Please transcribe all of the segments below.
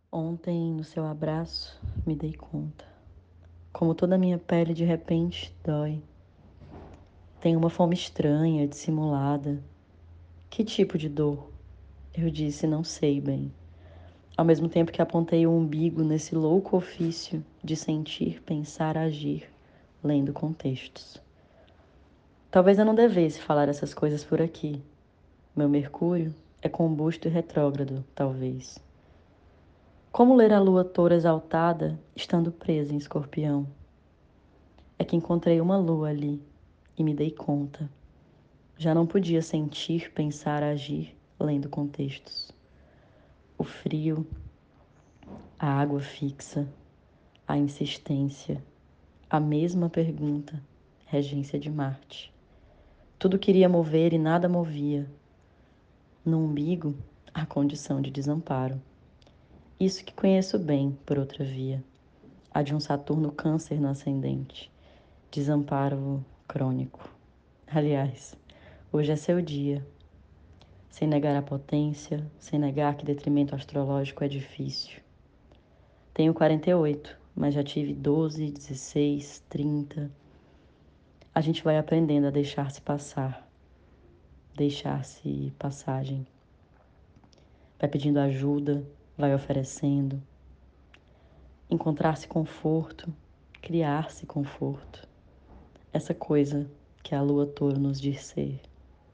Ontem, no seu abraço, me dei conta. Como toda a minha pele de repente dói. Tenho uma fome estranha, dissimulada. Que tipo de dor? Eu disse, não sei bem. Ao mesmo tempo que apontei o umbigo nesse louco ofício de sentir, pensar, agir, lendo contextos. Talvez eu não devesse falar essas coisas por aqui. Meu Mercúrio é combusto e retrógrado, talvez. Como ler a lua toura exaltada estando presa em Escorpião? É que encontrei uma lua ali e me dei conta. Já não podia sentir, pensar, agir, lendo contextos. O frio, a água fixa, a insistência, a mesma pergunta, regência de Marte. Tudo queria mover e nada movia. No umbigo, a condição de desamparo. Isso que conheço bem por outra via. A de um Saturno Câncer no ascendente. Desamparo crônico. Aliás, hoje é seu dia. Sem negar a potência, sem negar que detrimento astrológico é difícil. Tenho 48, mas já tive 12, 16, 30. A gente vai aprendendo a deixar-se passar, deixar-se passagem. Vai pedindo ajuda, vai oferecendo. Encontrar-se conforto, criar-se conforto. Essa coisa que a lua touro nos diz ser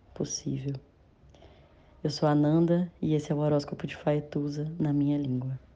possível. Eu sou a Nanda e esse é o horóscopo de Faetusa na minha língua.